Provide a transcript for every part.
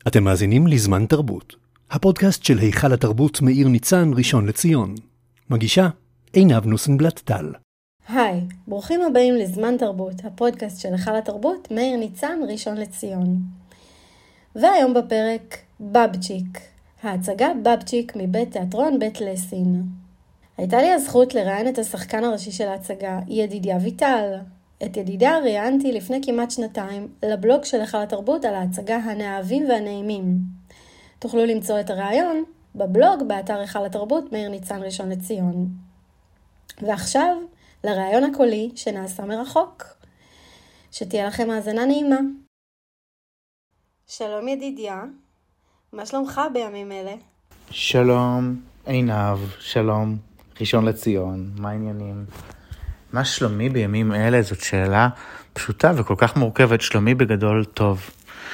אתם מאזינים לזמן תרבות, הפודקאסט של היכל התרבות מאיר ניצן ראשון לציון. מגישה עינב נוסנבלט-טל. היי, ברוכים הבאים לזמן תרבות, הפודקאסט של היכל התרבות מאיר ניצן ראשון לציון. והיום בפרק בבצ'יק, ההצגה בבצ'יק מבית תיאטרון בית לסין. הייתה לי הזכות לראיין את השחקן הראשי של ההצגה, ידידיה ויטל. את ידידיה ראיינתי לפני כמעט שנתיים לבלוג של היכל התרבות על ההצגה הנאהבים והנעימים. תוכלו למצוא את הרעיון בבלוג באתר היכל התרבות מאיר ניצן ראשון לציון. ועכשיו לרעיון הקולי שנעשה מרחוק. שתהיה לכם האזנה נעימה. שלום ידידיה, מה שלומך בימים אלה? שלום עינב, שלום ראשון לציון, מה העניינים? מה שלומי בימים אלה? זאת שאלה פשוטה וכל כך מורכבת. שלומי בגדול טוב.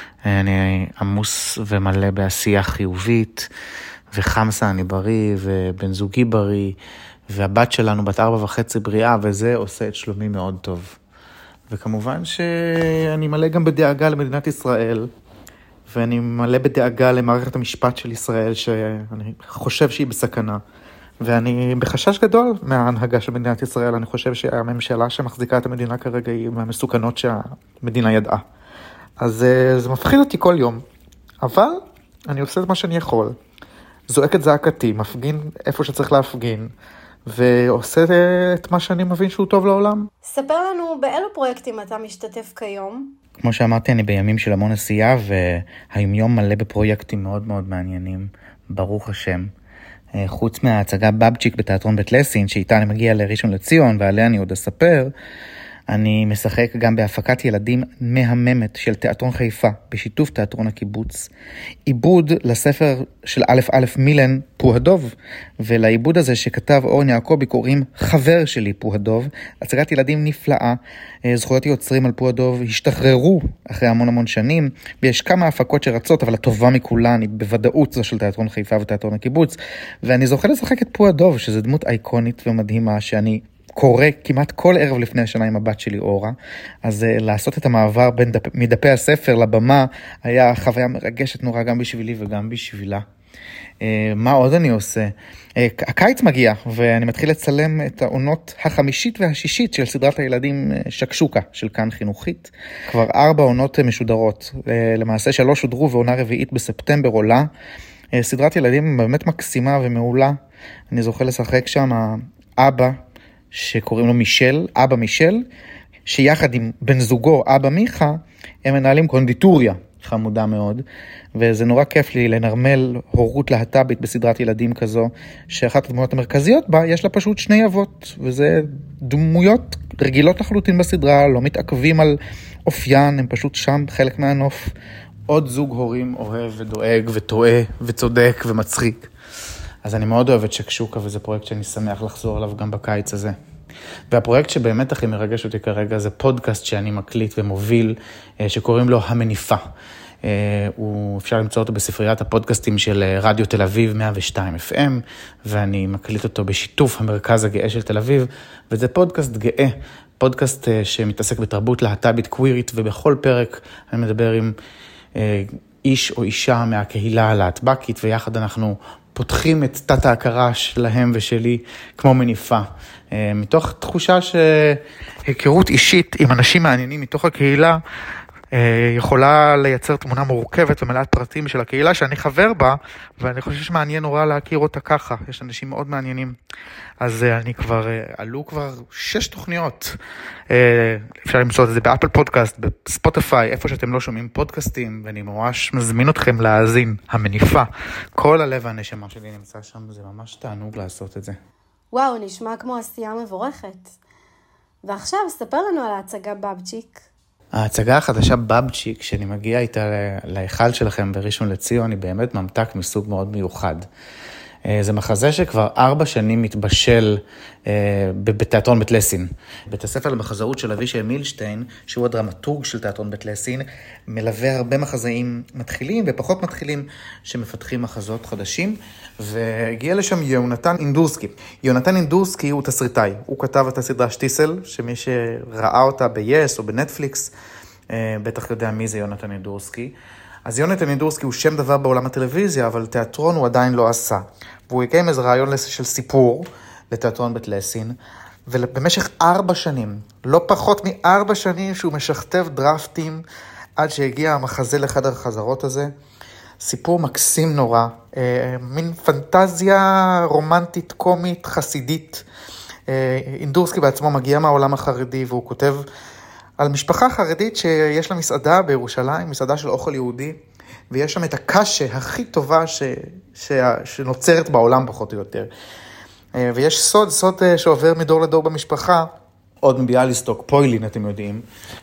אני עמוס ומלא בעשייה חיובית, וחמסה אני בריא, ובן זוגי בריא, והבת שלנו בת 4.5 בריאה, וזה עושה את שלומי מאוד טוב. וכמובן שאני מלא גם בדאגה למדינת ישראל, ואני מלא בדאגה למערכת המשפט של ישראל, שאני חושב שהיא בסכנה. ואני בחשש גדול מההנהגה של מדינת ישראל. אני חושב שהממשלה שמחזיקה את המדינה כרגע היא מהמסוכנות שהמדינה ידעה. אז זה מפחיד אותי כל יום. אבל אני עושה את מה שאני יכול. זועק את זעקתי, מפגין איפה שצריך להפגין, ועושה את מה שאני מבין שהוא טוב לעולם. ספר לנו באילו פרויקטים אתה משתתף כיום? כמו שאמרתי, אני בימים של המון עשייה, והיום מלא בפרויקטים מאוד מאוד מעניינים. ברוך השם. חוץ מההצגה בבצ'יק בתיאטרון בית לסין, שאיתה אני מגיע לראשון לציון, ועליה אני עוד אספר, אני משחק גם בהפקת ילדים מהממת של תיאטרון חיפה, בשיתוף תיאטרון הקיבוץ. עיבוד לספר של א' מילן פוהדוב, ולעיבוד הזה שכתב אורן יעקבי קוראים חבר שלי פוהדוב. הצגת ילדים נפלאה, זכויות יוצרים על פוהדוב השתחררו אחרי המון שנים, ויש כמה הפקות שרצות, אבל הטובה מכולן היא בוודאות זו של תיאטרון חיפה ותיאטרון הקיבוץ. ואני זוכה לשחק את פוהדוב, שזו דמות אייקונית ומדהימה שאני קורא כמעט כל ערב לפני השנה עם הבת שלי אורה. אז לעשות את המעבר מדפי הספר לבמה היה חוויה מרגשת נורא גם בשבילי וגם בשבילה. מה עוד אני עושה? הקיץ מגיע ואני מתחיל לצלם את העונות החמישית והשישית של סדרת הילדים שקשוקה של כאן חינוכית. כבר 4 עונות משודרות, למעשה 3 שודרו ועונה רביעית בספטמבר עולה. סדרת ילדים באמת מקסימה ומעולה. אני זוכה לשחק שם אבא שקוראים לו מישל, אבא מישל, שיחד עם בן זוגו, אבא מיכה, הם מנהלים קונדיטוריה חמודה מאוד, וזה נורא כיף לי לנרמל הורות להט"בית בסדרת ילדים כזו, שאחת הדמויות המרכזיות בה, יש לה פשוט 2 אבות, וזה דמויות רגילות לחלוטין בסדרה, לא מתעכבים על אופיין, הם פשוט שם חלק מהנוף. עוד זוג הורים אוהב ודואג וטועה וצודק ומצחיק. אז אני מאוד אוהב את שקשוקה, וזה פרויקט שאני שמח לחזור אליו גם בקיץ הזה. והפרויקט שבאמת הכי מרגש אותי כרגע, זה פודקאסט שאני מקליט ומוביל, שקוראים לו המניפה. אפשר למצוא אותו בספריית הפודקאסטים של רדיו תל אביב 102 FM, ואני מקליט אותו בשיתוף המרכז הגאה של תל אביב, וזה פודקאסט גאה, פודקאסט שמתעסק בתרבות להט"בית קווירית, ובכל פרק אני מדבר עם איש או אישה מהקהילה הלהט"בקית, ויחד אנחנו פותחים את תת ההכרה שלהם ושלי כמו מניפה. מתוך תחושה שהיכרות אישית עם אנשים מעניינים מתוך הקהילה, יכולה לייצר תמונה מורכבת ומלאת פרטים של הקהילה שאני חבר בה, ואני חושב שמעניין נורא להכיר אותה ככה. יש אנשים מאוד מעניינים. אז עלו כבר 6 תוכניות. אפשר למצוא את זה באפל פודקאסט, בספוטיפיי, איפה שאתם לא שומעים פודקאסטים, ואני ממש מזמין אתכם להאזין. המניפה. כל הלב והנשמה שלי נמצא שם, זה ממש תענוג לעשות את זה. וואו, נשמע כמו עשייה מבורכת. ועכשיו, ספר לנו על ההצגה בבצ'יק. ההצגה החדשה בבצ'יק, שאני מגיע איתה להיכל שלכם בראשון לציון, היא באמת ממתק מסוג מאוד מיוחד. זה מחזה שכבר 4 שנים מתבשל בתיאטרון בית לסין. בית הספר למחזאות של אבישי מילשטיין, שהוא הדרמטורג של תיאטרון בית לסין, מלווה הרבה מחזאים מתחילים ופחות מתחילים שמפתחים מחזות חדשים, והגיע לשם יונתן אינדורסקי. יונתן אינדורסקי הוא תסריטאי, הוא כתב את הסדרה שטיסל, שמי שראה אותה ב-yes או בנטפליקס, בטח יודע מי זה יונתן אינדורסקי. אז יונתן אינדורסקי הוא שם דבר בעולם הטלוויזיה, אבל תיאטרון הוא עדיין לא עשה. והוא הגיע עם איזה רעיון של סיפור לתיאטרון בית לסין, ובמשך 4 שנים, לא פחות מ4 שנים שהוא משכתב דרפטים, עד שהגיע המחזה לחדר החזרות הזה. סיפור מקסים נורא, מין פנטזיה רומנטית, קומית, חסידית. אינדורסקי בעצמו מגיע מהעולם החרדי, והוא כותב על משפחה חרדית שיש לה מסעדה בירושלים, מסעדה של אוכל יהודי, ויש שם את הקשה הכי טובה שנוצרת בעולם פחות או יותר. ויש סוד שעובר מדור לדור במשפחה, עוד מביאליסטוק, פוילין, אתם יודעים,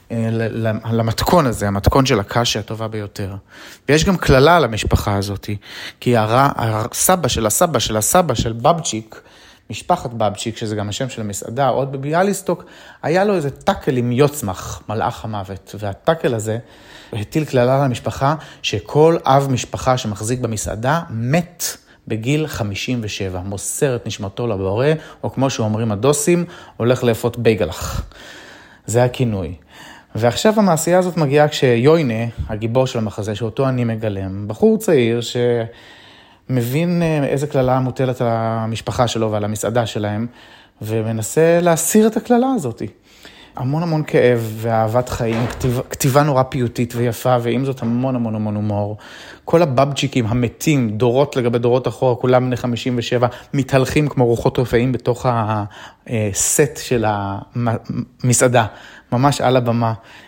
למתכון הזה, המתכון של הקשה הטובה ביותר. ויש גם כללה למשפחה הזאת, כי הסבא של הסבא של הסבא של בבצ'יק, משפחת בבצ'יק, שזה גם השם של המסעדה, עוד בביאליסטוק, היה לו איזה טקל עם יוצמח, מלאך המוות, והטקל הזה הטיל כללה למשפחה, שכל אב משפחה שמחזיק במסעדה מת בגיל 57, מוסר את נשמתו לבורא, או כמו שאומרים הדוסים, הולך לאפות בייגלח. זה הכינוי. ועכשיו המעשייה הזאת מגיעה כשיוינה, הגיבור של המחזה, שאותו אני מגלם, בחור צעיר שמבין איזה כללה מוטלת על המשפחה שלו ועל המסעדה שלהם, ומנסה להסיר את הכללה הזאת. המון המון כאב ואהבת חיים, כתיבה נורא פיוטית ויפה, ועם זאת המון המון המון הומור. כל הבבצ'יקים המתים, דורות לגבי דורות אחורה, כולם בני 57, מתהלכים כמו רוחות רפאים בתוך הסט של המסעדה, ממש על הבמה.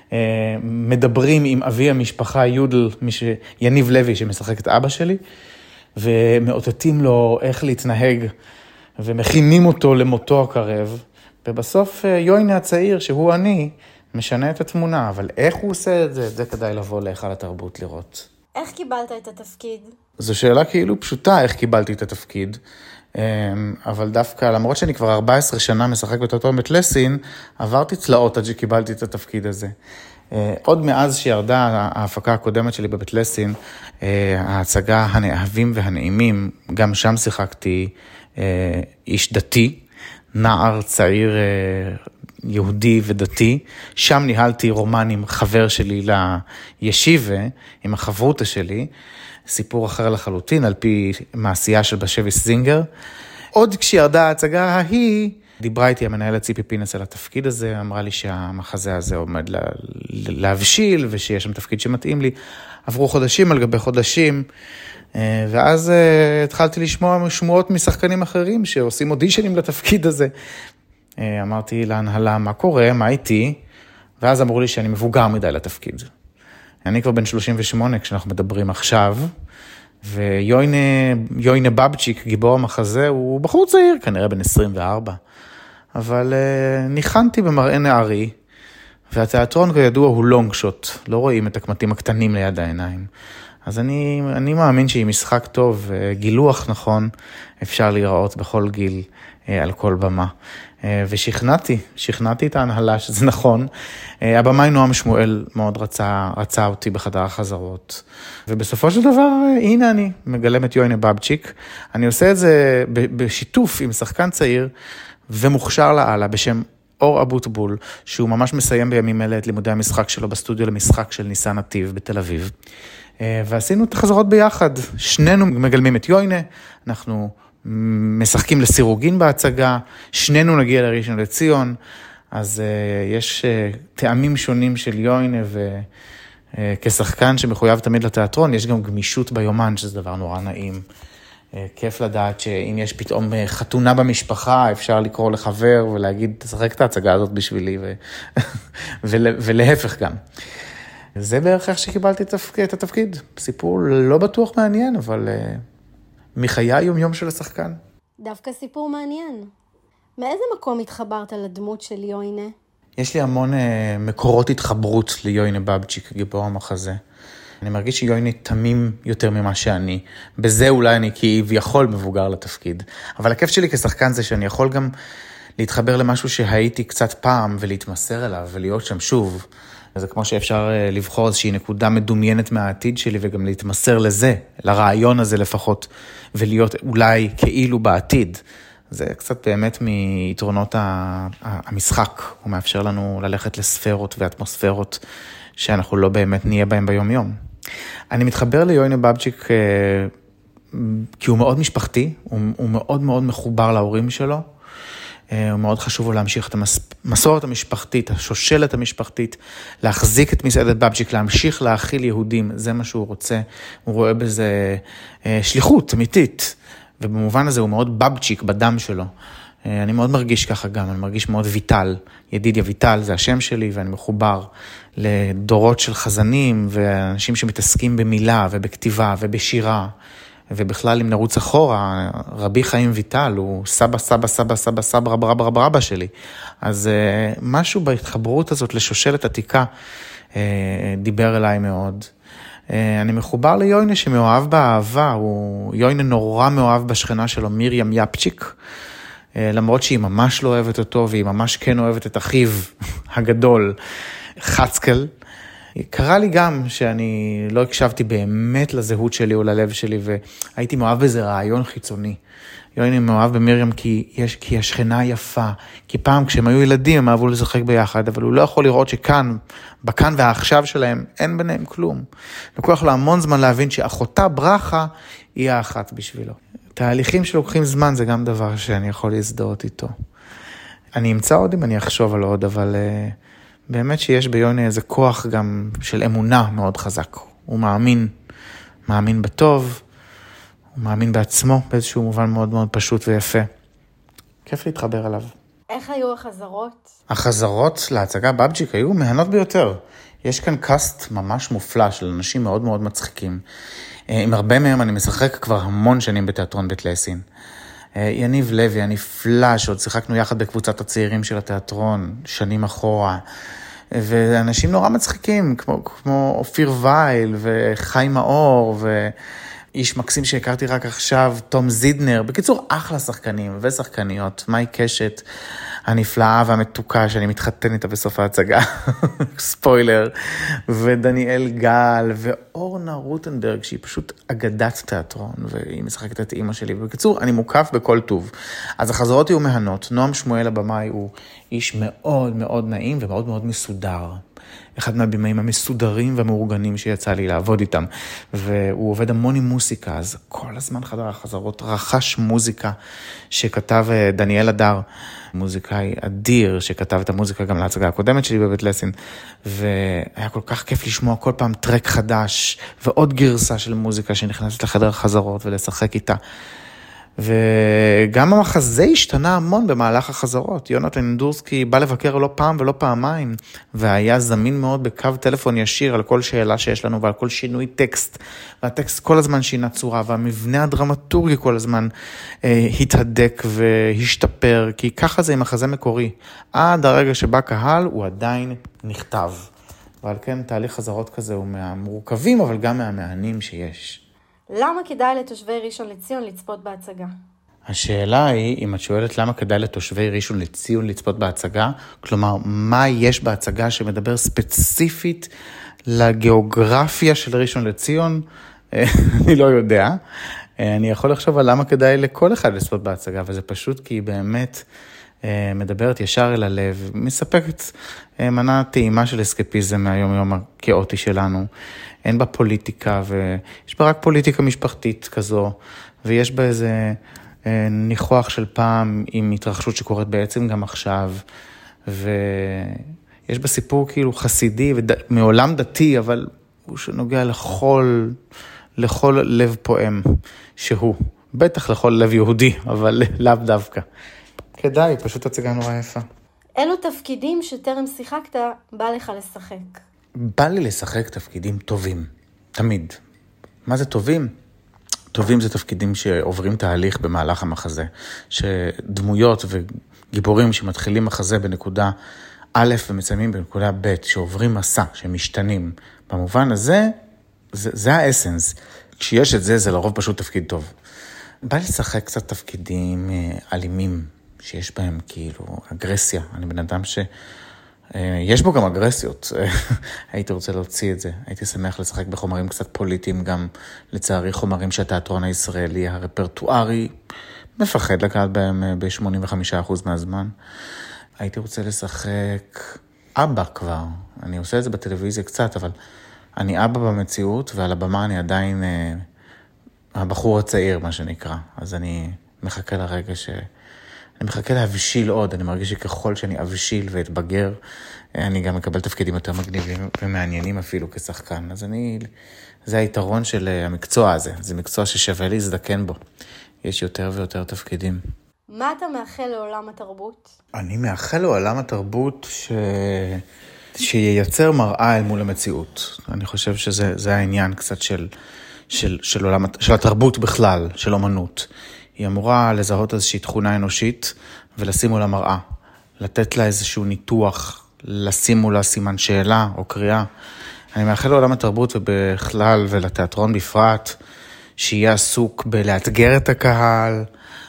מדברים עם אבי המשפחה יודל, יניב לוי שמשחק את אבא שלי, ומאותתים לו איך להתנהג, ומכינים אותו למותו הקרב. ובסוף יוינה הצעיר, שהוא אני, משנה את התמונה, אבל איך הוא עושה את זה? זה כדאי לבוא להיכל התרבות לראות. איך קיבלת את התפקיד? זו שאלה כאילו פשוטה, איך קיבלתי את התפקיד, אבל דווקא, למרות שאני כבר 14 שנה משחק בתיאטרון בית לסין, עברתי צלעות עד שקיבלתי את התפקיד הזה. עוד מאז שירדה ההפקה הקודמת שלי בבית לסין, ההצגה הנאהבים והנעימים, גם שם שיחקתי איש דתי, נער צעיר יהודי ודתי, שם ניהלתי רומן עם חבר שלי לישיבה, עם החברותה שלי, סיפור אחר לחלוטין, על פי מעשייה של בשביס זינגר. עוד כשירדה ההצגה ההיא, דיברה איתי המנהלת ציפי פינס על התפקיד הזה, אמרה לי שהמחזה הזה עומד להבשיל, ושיש שם תפקיד שמתאים לי. עברו חודשים על גבי חודשים, ואז התחלתי לשמוע שמועות משחקנים אחרים שעושים אודישנים לתפקיד הזה. אמרתי להנהלה, מה קורה, מה איתי? ואז אמרו לי שאני מבוגר מדי לתפקיד. אני כבר בן 38 כשאנחנו מדברים עכשיו, ויוינה בבצ'יק, גיבור המחזה, הוא בחור צעיר, כנראה בן 24. אבל ניחנתי במראה נערי, והתיאטרון כידוע הוא לונג שוט, לא רואים את הקמטים הקטנים ליד העיניים. אז אני מאמין שהיא משחק טוב, גילוח נכון, אפשר להיראות בכל גיל, על כל במה. ושכנעתי את ההנהלה שזה נכון. הבמאי נועם שמואל מאוד רצה אותי בחדר החזרות. ובסופו של דבר, הנה אני מגלם את יוינה בבצ'יק. אני עושה את זה בשיתוף עם שחקן צעיר ומוכשר לעלה בשם אור אבוטבול, שהוא ממש מסיים בימים אלה את לימודי המשחק שלו בסטודיו למשחק של ניסן נתיב בתל אביב. ועשינו את החזרות ביחד, שנינו מגלמים את יוינה, אנחנו משחקים לסירוגין בהצגה, שנינו נגיע לראשון לציון, אז יש טעמים שונים של יוינה, וכשחקן שמחויב תמיד לתיאטרון, יש גם גמישות ביומן, שזה דבר נורא נעים. כיף לדעת שאם יש פתאום חתונה במשפחה, אפשר לקרוא לחבר ולהגיד, תשחק את ההצגה הזאת בשבילי, ולהפך גם. זה בערך איך שקיבלתי את התפקיד. סיפור לא בטוח מעניין, אבל מחיי היום-יום של השחקן. דווקא סיפור מעניין. מאיזה מקום התחברת לדמות של יוינה? יש לי המון מקורות התחברות ליוינה בבצ'יק, גיבור המחזה. אני מרגיש שיוינה תמים יותר ממה שאני. בזה אולי אני כביכול מבוגר לתפקיד. אבל הכיף שלי כשחקן זה שאני יכול גם להתחבר למשהו שהייתי קצת פעם ולהתמסר אליו ולהיות שם שוב. זה כמו שאפשר לבחור איזושהי נקודה מדומיינת מהעתיד שלי וגם להתמסר לזה, לרעיון הזה לפחות, ולהיות אולי כאילו בעתיד. זה קצת באמת מיתרונות המשחק, הוא מאפשר לנו ללכת לספרות ואטמוספרות שאנחנו לא באמת נהיה בהם ביום יום. אני מתחבר ליוינה בבצ'יק כי הוא מאוד משפחתי, הוא מאוד מאוד מחובר להורים שלו, הוא מאוד חשוב לו להמשיך את המסורת המשפחתית, השושלת המשפחתית, להחזיק את מסעדת בבצ'יק, להמשיך להאכיל יהודים, זה מה שהוא רוצה, הוא רואה בזה שליחות אמיתית, ובמובן הזה הוא מאוד בבצ'יק בדם שלו. אני מאוד מרגיש ככה גם, אני מרגיש מאוד ויטל, ידידיה ויטל, זה השם שלי, ואני מחובר לדורות של חזנים, ואנשים שמתעסקים במילה ובכתיבה ובשירה, ובכלל אם נרוץ אחורה, רבי חיים ויטל, הוא סבא, סבא, סבא, סבא, סבא, רבא, רבא, רבא, רבא שלי. אז משהו בהתחברות הזאת לשושלת עתיקה דיבר אליי מאוד. אני מחובר ליוינה שמאוהב באהבה, יוינה נורא מאוהב בשכנה שלו, מיריam יפצ'יק, למרות שהיא ממש לא אוהבת אותו, והיא ממש כן אוהבת את אחיו הגדול, חצקל. קרה לי גם שאני לא הקשבתי באמת לזהות שלי או ללב שלי, והייתי מאוהב בזה רעיון חיצוני. יוינה מאוהב במיריam כי היא השכנה יפה, כי פעם כשהם היו ילדים הם אהבו לשחק ביחד, אבל הוא לא יכול לראות שכאן, בכאן והעכשיו שלהם, אין ביניהם כלום. לוקח לו המון זמן להבין שאחותה ברכה היא האחת בשבילו. תהליכים שלוקחים זמן זה גם דבר שאני יכול להזדהות איתו. אני אמצא עוד אם אני אחשוב על עוד, אבל באמת שיש ביוני איזה כוח גם של אמונה מאוד חזק. הוא מאמין בטוב, הוא מאמין בעצמו באיזשהו מובן מאוד מאוד פשוט ויפה. כיף להתחבר עליו. איך היו החזרות? החזרות להצגה בבצ'יק היו מהנות ביותר. יש כאן קאסט ממש מופלא של אנשים מאוד מאוד מצחיקים. עם הרבה מהם אני משחק כבר המון שנים בתיאטרון בית לסין. יניב לוי, אני פלאש, עוד שיחקנו יחד בקבוצת הצעירים של התיאטרון, שנים אחורה. ואנשים נורא מצחיקים, כמו אופיר וייל וחיים מאור, ואיש מקסים שהכרתי רק עכשיו, תום זידנר. בקיצור, אחלה שחקנים ושחקניות, מאי קשת הנפלאה והמתוקה שאני מתחתן איתה בסוף ההצגה, ספוילר, ודניאל גל, ואורנה רוטנברג, שהיא פשוט אגדת תיאטרון, והיא משחקת את אימא שלי. בקיצור, אני מוקף בכל טוב. אז החזרות יהיו מהנות. נועם שמואל הבמאי הוא איש מאוד מאוד נעים ומאוד מאוד מסודר. אחד מהבימאים המסודרים והמאורגנים שיצא לי לעבוד איתם, והוא עובד המון עם מוסיקה, אז כל הזמן חדר החזרות רכש מוזיקה שכתב דניאל הדר, מוזיקאי אדיר שכתב את המוזיקה גם להצגה הקודמת שלי בבית לסין, והיה כל כך כיף לשמוע כל פעם טרק חדש ועוד גרסה של מוזיקה שנכנסת לחדר החזרות ולשחק איתה. וגם המחזה השתנה המון במהלך החזרות. יונתן אינדורסקי בא לבקר לא פעם ולא פעמיים, והיה זמין מאוד בקו טלפון ישיר על כל שאלה שיש לנו ועל כל שינוי טקסט, והטקסט כל הזמן שינה צורה, והמבנה הדרמטורגי כל הזמן התהדק והשתפר, כי ככה זה עם מחזה מקורי. עד הרגע שבא קהל הוא עדיין נכתב. ועל כן תהליך חזרות כזה הוא מהמורכבים, אבל גם מהמעניינים שיש. למה כדאי לתושבי ראשון לציון לצפות בהצגה? השאלה היא, אם את שואלת למה כדאי לתושבי ראשון לציון לצפות בהצגה, כלומר, מה יש בהצגה שמדבר ספציפית לגיאוגרפיה של ראשון לציון, אני לא יודע. אני יכול לחשוב על למה כדאי לכל אחד לצפות בהצגה, וזה פשוט כי היא באמת מדברת ישר אל הלב, מספקת מנה טעימה של אסקפיזם מהיום-יום הכאוטי שלנו. אין בה פוליטיקה, ויש בה רק פוליטיקה משפחתית כזו, ויש בה איזה ניחוח של פעם עם התרחשות שקורית בעצם גם עכשיו, ויש בה סיפור כאילו חסידי מעולם דתי, אבל הוא שנוגע לכל לב פועם שהוא, בטח לכל לב יהודי, אבל לאו דווקא. כדאי, פשוט הצגה נורא יפה. אילו תפקידים שטרם שיחקת בא לך לשחק? בא לי לשחק תפקידים טובים, תמיד. מה זה טובים? טובים זה תפקידים שעוברים תהליך במהלך המחזה, שדמויות וגיבורים שמתחילים מחזה בנקודה א' ומסיימים בנקודה ב', שעוברים מסע, שמשתנים. במובן הזה, זה האסנס. כשיש את זה, זה לרוב פשוט תפקיד טוב. בא לי לשחק קצת תפקידים אלימים, שיש בהם כאילו אגרסיה. אני בן אדם יש בו גם אגרסיות, הייתי רוצה להוציא את זה, הייתי שמח לשחק בחומרים קצת פוליטיים, גם לצערי חומרים שהתיאטרון הישראלי הרפרטוארי מפחד לגעת בהם ב-85% מהזמן. הייתי רוצה לשחק אבא כבר, אני עושה את זה בטלוויזיה קצת, אבל אני אבא במציאות, ועל הבמה אני עדיין הבחור הצעיר, מה שנקרא. אז אני מחכה לרגע אני מחכה להבשיל עוד, אני מרגיש שככל שאני אבשיל ואתבגר, אני גם מקבל תפקידים יותר מגניבים ומעניינים אפילו כשחקן. אז זה היתרון של המקצוע הזה, זה מקצוע ששווה להזדקן בו. יש יותר ויותר תפקידים. מה אתה מאחל לעולם התרבות? אני מאחל לעולם התרבות שייצר מראה אל מול המציאות. אני חושב שזה העניין קצת של התרבות בכלל, של אומנות. היא אמורה לזהות איזושהי תכונה אנושית ולשים מולה מראה. לתת לה איזשהו ניתוח, לשים מולה סימן שאלה או קריאה. אני מאחל לעולם התרבות ובכלל ולתיאטרון בפרט, שיהיה עסוק בלאתגר את הקהל,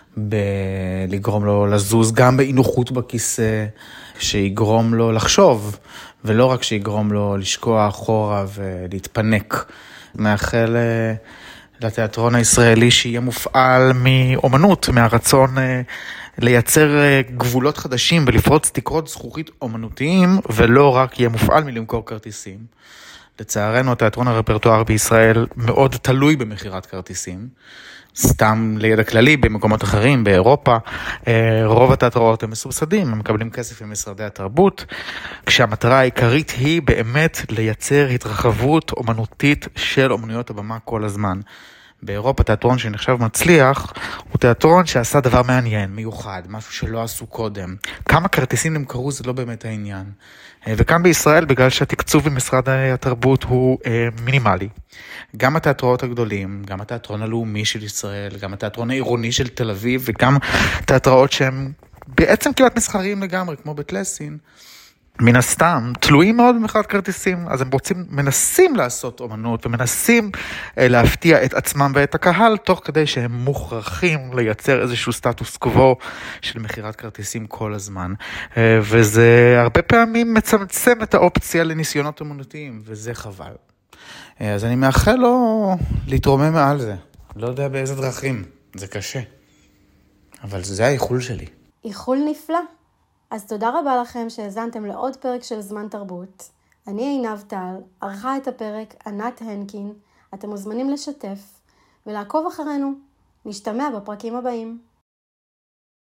בלגרום לו לזוז גם באינוחות בכיסא, שיגרום לו לחשוב, ולא רק שיגרום לו לשקוע אחורה ולהתפנק. מאחל לתיאטרון הישראלי שיהיה מופעל מאומנות, מהרצון לייצר גבולות חדשים ולפרוץ תקרות זכוכית אומנותיים, ולא רק יהיה מופעל מלמכור כרטיסים. לצערנו, התיאטרון הרפרטואר בישראל מאוד תלוי במחירת כרטיסים. סתם לידע כללי, במקומות אחרים, באירופה, רוב התיאטראות הם מסובסדים, הם מקבלים כסף ממשרדי התרבות, כשהמטרה העיקרית היא באמת לייצר התרחבות אומנותית של אומנויות הבמה כל הזמן. באירופה תיאטרון שנחשב מצליח, הוא תיאטרון שעשה דבר מעניין, מיוחד, משהו שלא עשו קודם. כמה כרטיסים נמכרו זה לא באמת העניין. וכאן בישראל, בגלל שהתקצוב במשרד התרבות הוא מינימלי. גם התיאטראות הגדולים, גם התיאטרון הלאומי של ישראל, גם התיאטרון העירוני של תל אביב, וגם תיאטראות שהם בעצם כמעט מסחריים לגמרי, כמו בית לסין, מן הסתם, תלויים מאוד במחירת כרטיסים, אז הם מנסים לעשות אומנות, ומנסים להפתיע את עצמם ואת הקהל, תוך כדי שהם מוכרחים לייצר איזשהו סטטוס קוו של מחירת כרטיסים כל הזמן, וזה הרבה פעמים מצמצם את האופציה לניסיונות אומנותיים, וזה חבל. אז אני מאחל לו להתרומם מעל זה, לא יודע באיזה דרכים, זה קשה, אבל זה האיחול שלי. איחול נפלא. אז תודה רבה לכם שהזנתם לעוד פרק של זמן תרבות. אני עינב טל, ערכה את הפרק ענת הנקין. אתם מוזמנים לשתף ולעקוב אחרינו. נשתמע בפרקים הבאים.